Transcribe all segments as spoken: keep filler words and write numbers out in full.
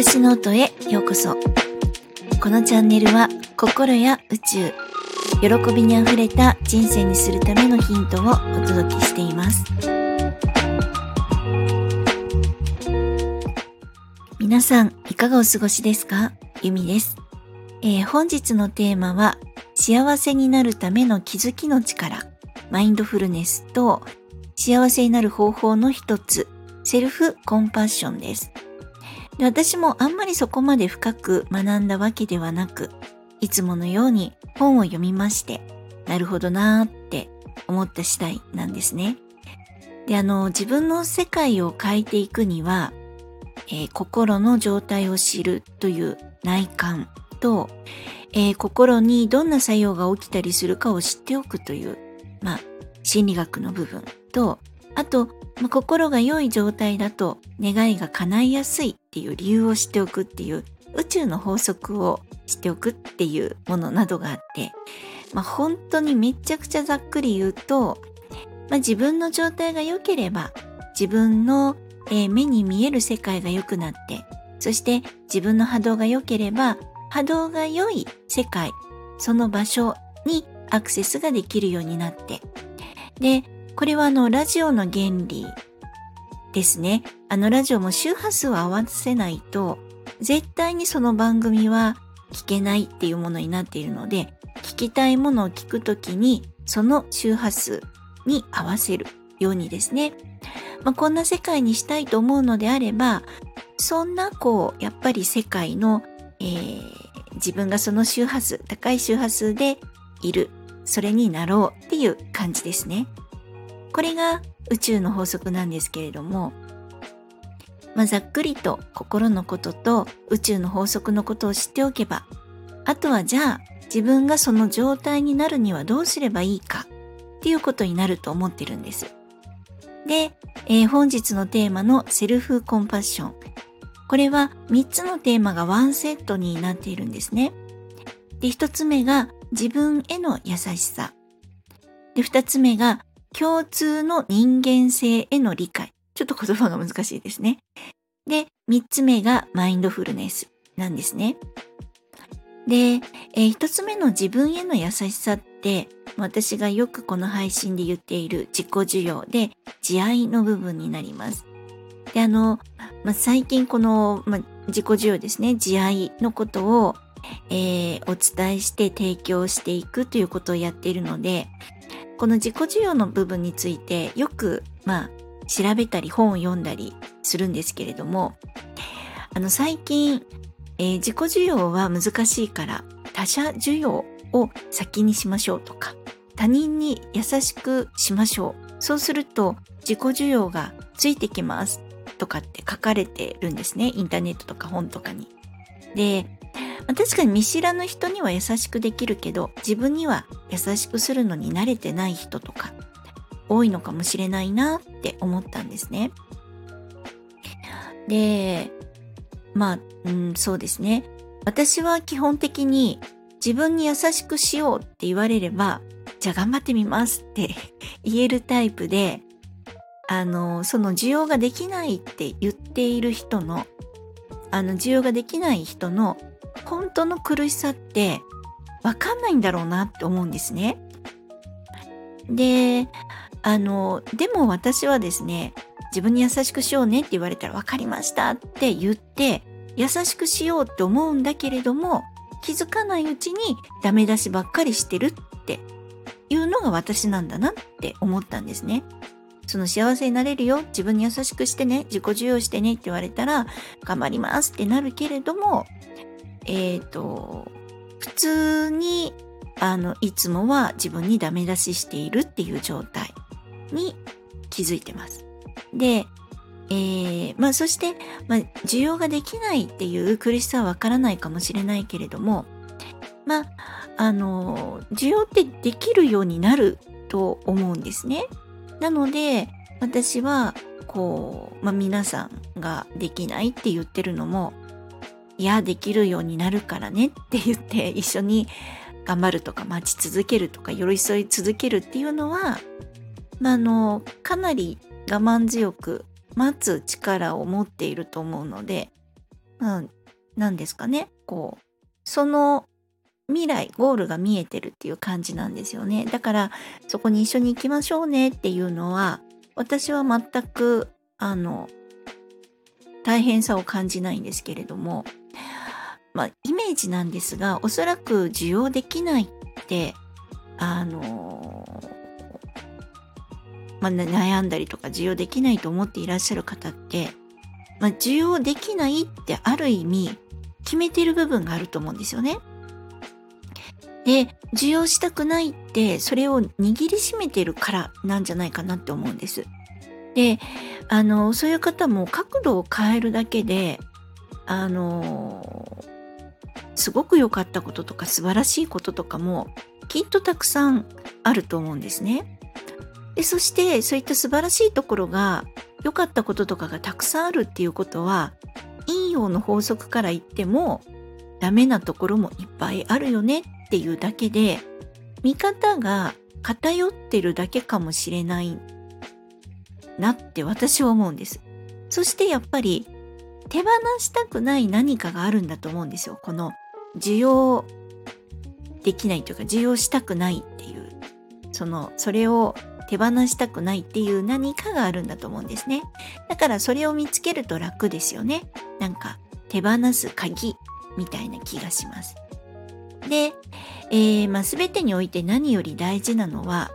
私ノートへようこそ。このチャンネルは心や宇宙、喜びにあふれた人生にするためのヒントをお届けしています。皆さんいかがお過ごしですか？ゆみです。えー、本日のテーマは幸せになるための気づきの力、マインドフルネスと幸せになる方法の一つ、セルフコンパッションです。で、私もあんまりそこまで深く学んだわけではなく、いつものように本を読みまして、なるほどなーって思った次第なんですね。で、あの、自分の世界を変えていくには、えー、心の状態を知るという内観と、えー、心にどんな作用が起きたりするかを知っておくという、まあ、心理学の部分と、あと、まあ、心が良い状態だと願いが叶いやすいっていう理由を知っておくっていう宇宙の法則を知っておくっていうものなどがあって、まあ、本当にめちゃくちゃざっくり言うと、まあ、自分の状態が良ければ自分の、えー、目に見える世界が良くなって、そして自分の波動が良ければ波動が良い世界、その場所にアクセスができるようになって、でこれはあのラジオの原理ですね。あのラジオも周波数を合わせないと絶対にその番組は聞けないっていうものになっているので、聞きたいものを聞くときにその周波数に合わせるようにですね、まあ、こんな世界にしたいと思うのであれば、そんなこうやっぱり世界の、えー、自分がその周波数、高い周波数でいる、それになろうっていう感じですね。これが宇宙の法則なんですけれども、まあ、ざっくりと心のことと宇宙の法則のことを知っておけば、あとはじゃあ自分がその状態になるにはどうすればいいかっていうことになると思ってるんです。で、えー、本日のテーマのセルフコンパッション。これはみっつのテーマがワンセットになっているんですね。で、ひとつめが自分への優しさ。で、ふたつめが共通の人間性への理解。ちょっと言葉が難しいですね。で、みっつめがマインドフルネスなんですね。で、えー、ひとつめの自分への優しさって、私がよくこの配信で言っている自己需要で慈愛の部分になります。で、あの、まあ、最近この、まあ、自己需要ですね、慈愛のことを、えー、お伝えして提供していくということをやっているので、この自己需要の部分についてよく、まあ、調べたり本を読んだりするんですけれども、あの最近、えー、自己需要は難しいから他者需要を先にしましょうとか、他人に優しくしましょう。そうすると自己需要がついてきますとかって書かれてるんですね。インターネットとか本とかに。で、確かに見知らぬ人には優しくできるけど、自分には優しくするのに慣れてない人とか多いのかもしれないなって思ったんですね。で、まあ、うん、そうですね。私は基本的に自分に優しくしようって言われれば、じゃあ頑張ってみますって言えるタイプで、あの、その需要ができないって言っている人の、あの、需要ができない人の本当の苦しさってわかんないんだろうなって思うんですね。で、あの、でも私はですね、自分に優しくしようねって言われたらわかりましたって言って、優しくしようって思うんだけれども、気づかないうちにダメ出しばっかりしてるっていうのが私なんだなって思ったんですね。その幸せになれるよ、自分に優しくしてね、自己需要してねって言われたら頑張りますってなるけれども、えっと、普通にあのいつもは自分にダメ出ししているっていう状態に気づいてます。で、えー、まあそして、まあ、需要ができないっていう苦しさはわからないかもしれないけれども、まああの需要ってできるようになると思うんですね。なので私はこう、まあ、皆さんができないって言ってるのも、いやできるようになるからねって言って一緒に頑張るとか待ち続けるとか寄り添い続けるっていうのは、まあ、あのかなり我慢強く待つ力を持っていると思うので、 うん、なんですかね。こう、その未来、ゴールが見えてるっていう感じなんですよね。だから、そこに一緒に行きましょうねっていうのは、私は全く、あの、大変さを感じないんですけれども、まあ、イメージなんですが、おそらく受容できないって、あのまあ、悩んだりとか受容できないと思っていらっしゃる方って、まあ、受容できないってある意味決めてる部分があると思うんですよね。で、受容したくないってそれを握りしめてるからなんじゃないかなって思うんです。で、あの、そういう方も角度を変えるだけで、あの、すごく良かったこととか素晴らしいこととかもきっとたくさんあると思うんですね。で、そしてそういった素晴らしいところが良かったこととかがたくさんあるっていうことは、陰陽の法則から言ってもダメなところもいっぱいあるよねっていうだけで、見方が偏ってるだけかもしれないなって私は思うんです。そしてやっぱり手放したくない何かがあるんだと思うんですよ。この受容できないというか受容したくないっていう、そのそれを手放したくないっていう何かがあるんだと思うんですね。だからそれを見つけると楽ですよね。なんか手放す鍵みたいな気がします。で、えーまあ、全てにおいて何より大事なのは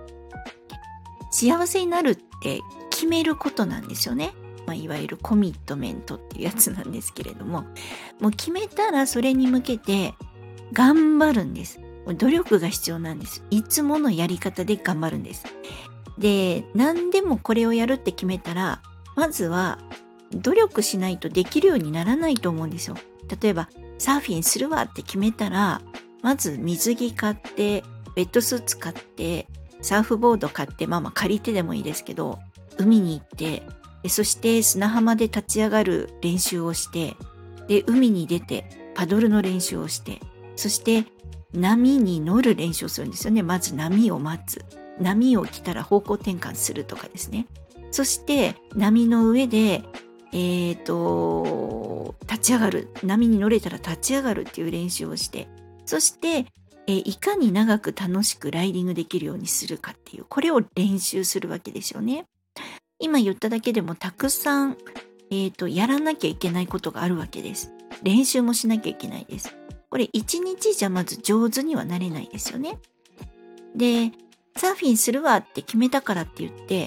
幸せになるって決めることなんですよね。まあ、いわゆるコミットメントっていうやつなんですけれども、もう決めたらそれに向けて頑張るんです。努力が必要なんです。いつものやり方で頑張るんです。で、何でもこれをやるって決めたら、まずは努力しないとできるようにならないと思うんですよ。例えば、サーフィンするわって決めたら、まず水着買って、ウェットスーツ買って、サーフボード買って、まあまあ借りてでもいいですけど、海に行って、でそして砂浜で立ち上がる練習をして、で、海に出てパドルの練習をして、そして波に乗る練習をするんですよね。まず波を待つ。波を来たら方向転換するとかですね。そして波の上で、えっと、立ち上がる。波に乗れたら立ち上がるっていう練習をして、そして、えいかに長く楽しくライディングできるようにするかっていう、これを練習するわけですよね。今言っただけでもたくさん、えっと、やらなきゃいけないことがあるわけです。練習もしなきゃいけないです。これ一日じゃまず上手にはなれないですよね。で、サーフィンするわって決めたからって言って、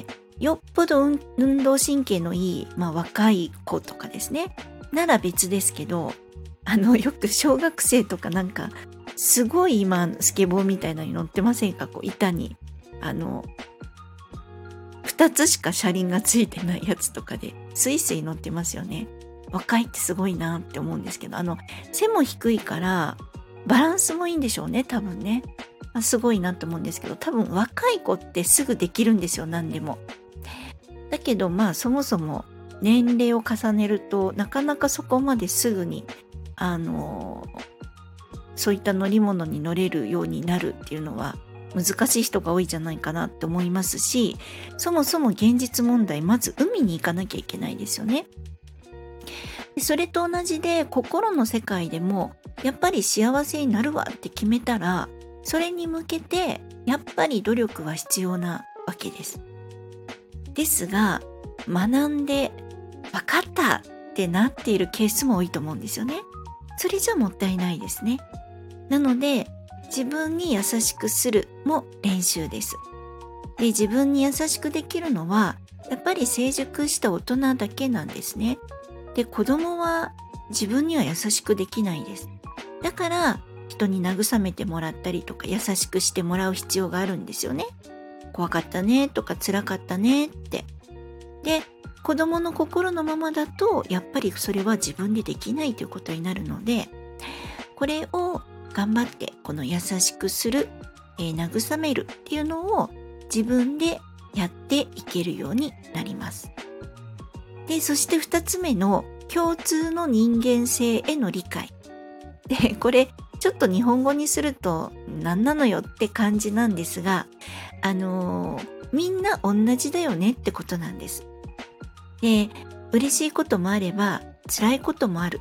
よっぽど運動神経のいい、まあ、若い子とかですね。なら別ですけど、あの、よく小学生とかなんか、すごい今、スケボーみたいなのに乗ってませんか？こう、板に。あの、二つしか車輪がついてないやつとかで、スイスイ乗ってますよね。若いってすごいなって思うんですけど、あの、背も低いから、バランスもいいんでしょうね、多分ね。まあ、すごいなと思うんですけど、多分若い子ってすぐできるんですよ、何でも。だけど、まあ、そもそも年齢を重ねると、なかなかそこまですぐに、あの、そういった乗り物に乗れるようになるっていうのは、難しい人が多いんじゃないかなって思いますし、そもそも現実問題、まず海に行かなきゃいけないですよね。でそれと同じで、心の世界でも、やっぱり幸せになるわって決めたら、それに向けて、やっぱり努力は必要なわけです。ですが、学んで、分かったってなっているケースも多いと思うんですよね。それじゃもったいないですね。なので、自分に優しくするも練習です。で、自分に優しくできるのは、やっぱり成熟した大人だけなんですね。で、子供は自分には優しくできないです。だから、人に慰めてもらったりとか優しくしてもらう必要があるんですよね。怖かったねとか辛かったねって。で、子供の心のままだと、やっぱりそれは自分でできないということになるので、これを頑張ってこの優しくする、えー、慰めるっていうのを自分でやっていけるようになります。で、そして二つ目の共通の人間性への理解。で、これちょっと日本語にすると何なのよって感じなんですが、あのー、みんな同じだよねってことなんです。で、嬉しいこともあれば辛いこともある。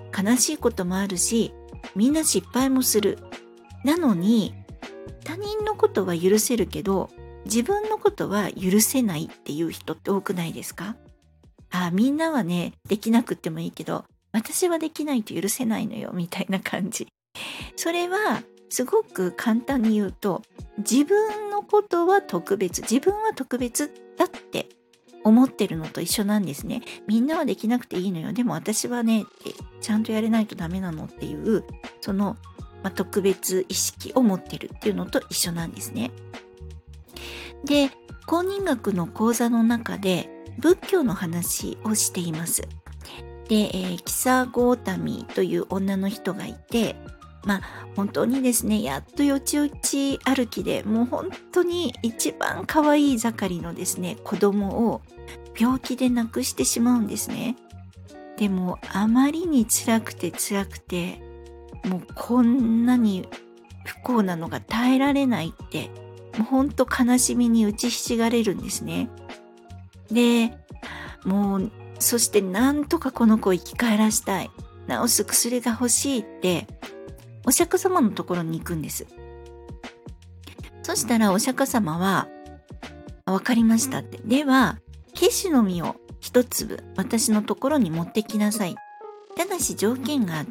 悲しいこともあるし、みんな失敗もする。なのに、他人のことは許せるけど、自分のことは許せないっていう人って多くないですか？あ、みんなはね、できなくってもいいけど、私はできないと許せないのよ、みたいな感じ。それは、すごく簡単に言うと、自分のことは特別、自分は特別だって思ってるのと一緒なんですね。みんなはできなくていいのよ。でも私はね、ってちゃんとやれないとダメなのっていう、その、まあ、特別意識を持ってるっていうのと一緒なんですね。で、公認学の講座の中で仏教の話をしています。で、えー、キサゴータミという女の人がいて、まあ本当にですね、やっとよちよち歩きで、もう本当に一番可愛い盛りのですね、子供を病気で亡くしてしまうんですね。でもあまりに辛くて辛くて、もうこんなに不幸なのが耐えられないって、もうほんと悲しみに打ちひしがれるんですね。で、もう、そしてなんとかこの子を生き返らしたい。治す薬が欲しいって、お釈迦様のところに行くんです。そしたらお釈迦様は、わかりましたって。では、ケシの実を一粒私のところに持ってきなさい。ただし条件があって、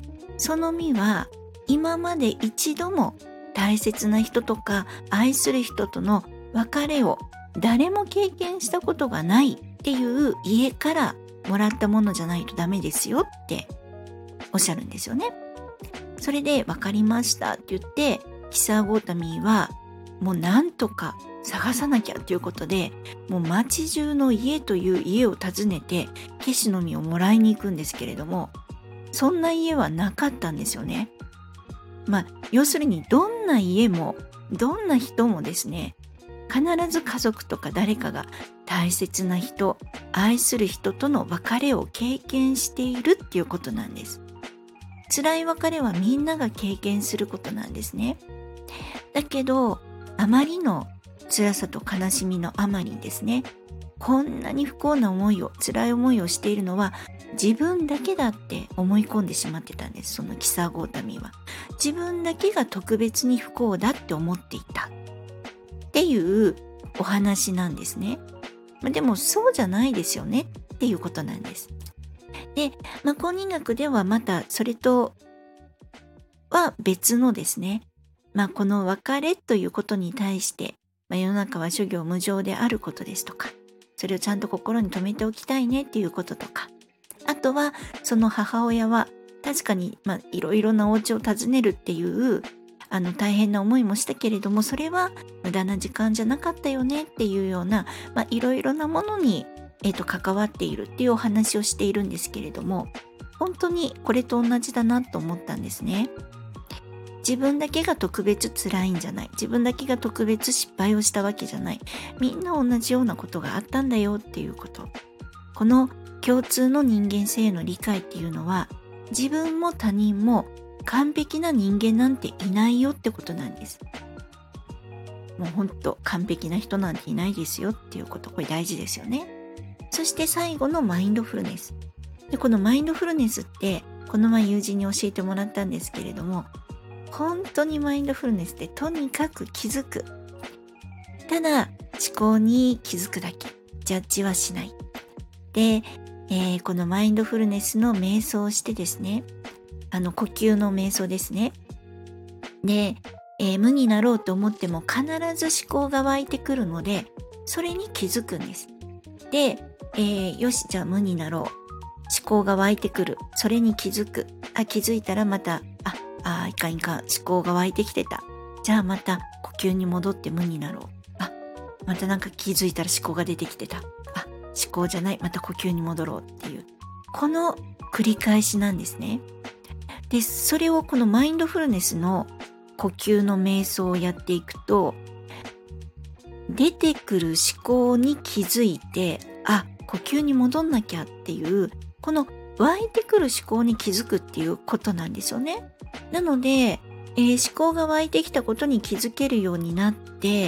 その実は今まで一度も大切な人とか愛する人との別れを誰も経験したことがないっていう家からもらったものじゃないとダメですよっておっしゃるんですよね。それで分かりましたって言って、キサゴータミーはもうなんとか探さなきゃということで、もう町中の家という家を訪ねてケシの実をもらいに行くんですけれども、そんな家はなかったんですよね。まあ要するにどんな家もどんな人もですね、必ず家族とか誰かが大切な人、愛する人との別れを経験しているっていうことなんです。辛い別れはみんなが経験することなんですね。だけどあまりの辛さと悲しみのあまりにですね、こんなに不幸な思いを、辛い思いをしているのは自分だけだって思い込んでしまってたんです。そのキサゴータミは自分だけが特別に不幸だって思っていたっていうお話なんですね。でもそうじゃないですよねっていうことなんです。で、まあ、公認学ではまたそれとは別のですね、まあ、この別れということに対して、まあ、世の中は諸行無常であることですとか、それをちゃんと心に留めておきたいねっていうこととか、あとはその母親は確かにまあいろいろなお家を訪ねるっていうあの大変な思いもしたけれども、それは無駄な時間じゃなかったよねっていうような、まあ、いろいろなものに、えーと、関わっているっていうお話をしているんですけれども、本当にこれと同じだなと思ったんですね。自分だけが特別辛いんじゃない。自分だけが特別失敗をしたわけじゃない。みんな同じようなことがあったんだよっていうこと。この共通の人間性への理解っていうのは、自分も他人も完璧な人間なんていないよってことなんです。もうほんと完璧な人なんていないですよっていうこと。これ大事ですよね。そして最後のマインドフルネス。で、このマインドフルネスってこの前友人に教えてもらったんですけれども、本当にマインドフルネスってとにかく気づく。ただ思考に気づくだけ。ジャッジはしない。で、えー、このマインドフルネスの瞑想をしてですね、あの呼吸の瞑想ですね。で、えー、無になろうと思っても必ず思考が湧いてくるので、それに気づくんです。で、えー、よし、じゃあ無になろう。思考が湧いてくる。それに気づく。あ、気づいたらまた、あ、あ、いかんいかん。思考が湧いてきてた。じゃあまた呼吸に戻って無になろう。あ、またなんか気づいたら思考が出てきてた。あ、思考じゃない。また呼吸に戻ろうっていう。この繰り返しなんですね。で、それをこのマインドフルネスの呼吸の瞑想をやっていくと、出てくる思考に気づいて、あ、呼吸に戻んなきゃっていう、この湧いてくる思考に気づくっていうことなんですよね。なので、えー、思考が湧いてきたことに気づけるようになって、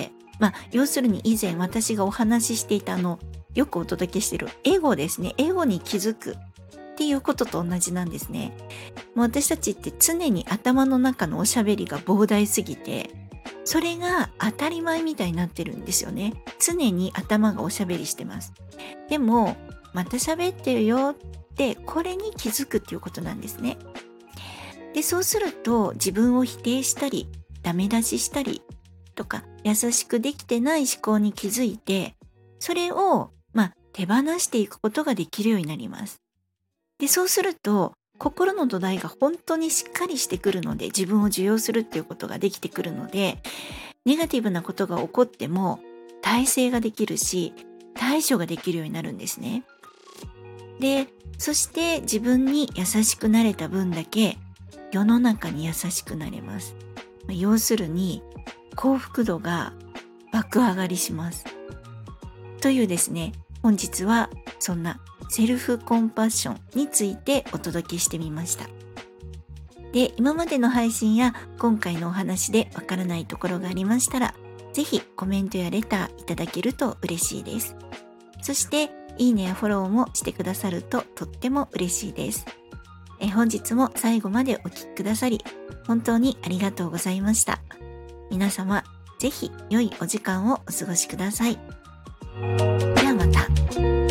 まあ、要するに以前私がお話ししていたあの、よくお届けしているエゴですね。エゴに気づくっっていうことと同じなんですね。もう私たちって常に頭の中のおしゃべりが膨大すぎて、それが当たり前みたいになってるんですよね。常に頭がおしゃべりしてます。でも、また喋ってるよって、これに気づくっていうことなんですね。で、そうすると自分を否定したり、ダメ出ししたりとか、優しくできてない思考に気づいて、それを、まあ、手放していくことができるようになります。で、そうすると、心の土台が本当にしっかりしてくるので、自分を受容するっていうことができてくるので、ネガティブなことが起こっても、耐性ができるし、対処ができるようになるんですね。で、そして自分に優しくなれた分だけ、世の中に優しくなれます。要するに、幸福度が爆上がりします。というですね、本日はそんなセルフコンパッションについてお届けしてみました。で、今までの配信や今回のお話でわからないところがありましたら、ぜひコメントやレターいただけると嬉しいです。そして、いいねやフォローもしてくださるととっても嬉しいです。え本日も最後までお聞きくださり、本当にありがとうございました。皆様、ぜひ良いお時間をお過ごしください。ではまた。